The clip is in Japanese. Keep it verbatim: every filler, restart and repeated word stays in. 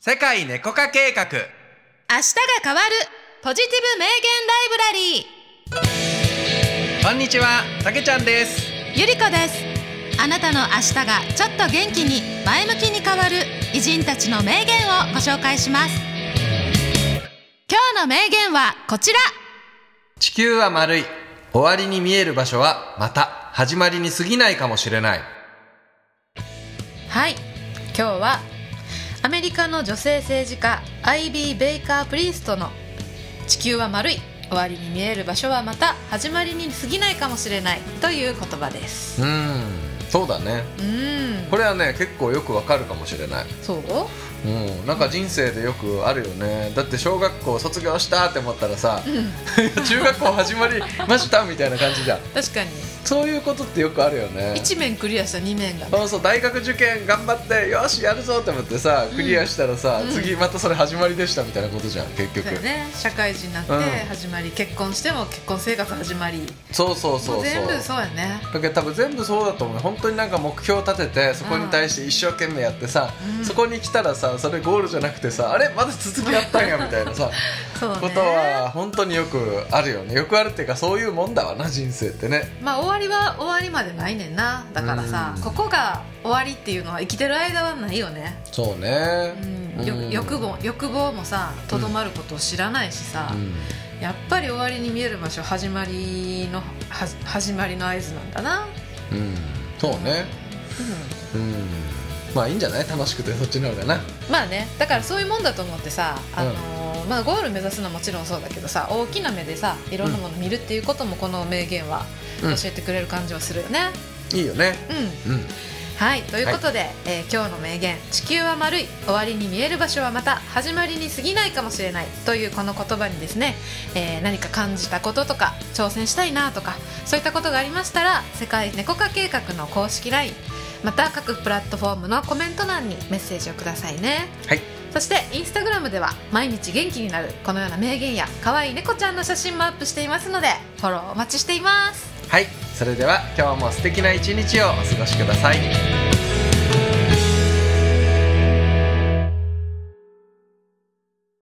世界猫化計画。 明日が変わるポジティブ名言ライブラリー。 こんにちは、たけちゃんです。 ゆりこです。あなたの明日がちょっと元気に前向きに変わる偉人たちの名言をご紹介します。今日の名言はこちら。 地球は丸い。終わりに見える場所はまた始まりに過ぎないかもしれない。 はい、今日はアメリカの女性政治家アイビー・ベイカー・プリーストの地球は丸い、終わりに見える場所はまた始まりに過ぎないかもしれないという言葉です。 うーん、そうだね。 うーん、 これはね、結構よくわかるかもしれない。 そう？ うん、なんか人生でよくあるよね。だって小学校卒業したって思ったらさ、うん、中学校始まりましたみたいな感じじゃん。 確かにそういうことってよくあるよね。 いち面クリアしたに面が、ね、 そうそう、大学受験頑張ってよしやるぞって思ってさ、クリアしたらさ、うん、次またそれ始まりでしたみたいなことじゃん結局。そうね、社会人になって始まり、うん、結婚しても結婚生活始まり。 そうそうそうそう、 全部そうやね。 だけど多分全部そうだと思う。本当になんか目標を立ててそこに対して一生懸命やってさ、うん、そこに来たらさ、それゴールじゃなくてさ、あれまだ続きあったんやみたいなさそう、ね、ことは本当によくあるよね。よくあるっていうか、そういうもんだわな、人生ってね。まあ終わりは終わりまでないねんな。だからさ、ここが終わりっていうのは生きてる間はないよね。 そうね、 うん、よ欲望欲望もさ、とどまることを知らないしさ、うん、やっぱり終わりに見える場所、始まりのは始まりの合図なんだな。 うん、そうね。うん、うん、まあいいんじゃない、楽しくてそっちの方がな。まあね、 だからそういうもんだと思ってさ、あのーうん、まあ、ゴール目指すのはもちろんそうだけどさ、大きな目でさ、いろんなもの見るっていうこともこの名言は教えてくれる感じはするよね。 うん、いいよね。うん、うん、 はい、ということで、はい、えー、今日の名言、地球は丸い、終わりに見える場所はまた始まりに過ぎないかもしれないというこの言葉にですね、えー、何か感じたこととか挑戦したいなとか、そういったことがありましたら、世界猫化計画の公式 ライン、また各プラットフォームのコメント欄にメッセージをくださいね。 はい。 そしてインスタグラムでは毎日元気になるこのような名言や可愛い猫ちゃんの写真もアップしていますので、フォローお待ちしています。 はい、それでは今日も素敵な一日をお過ごしください。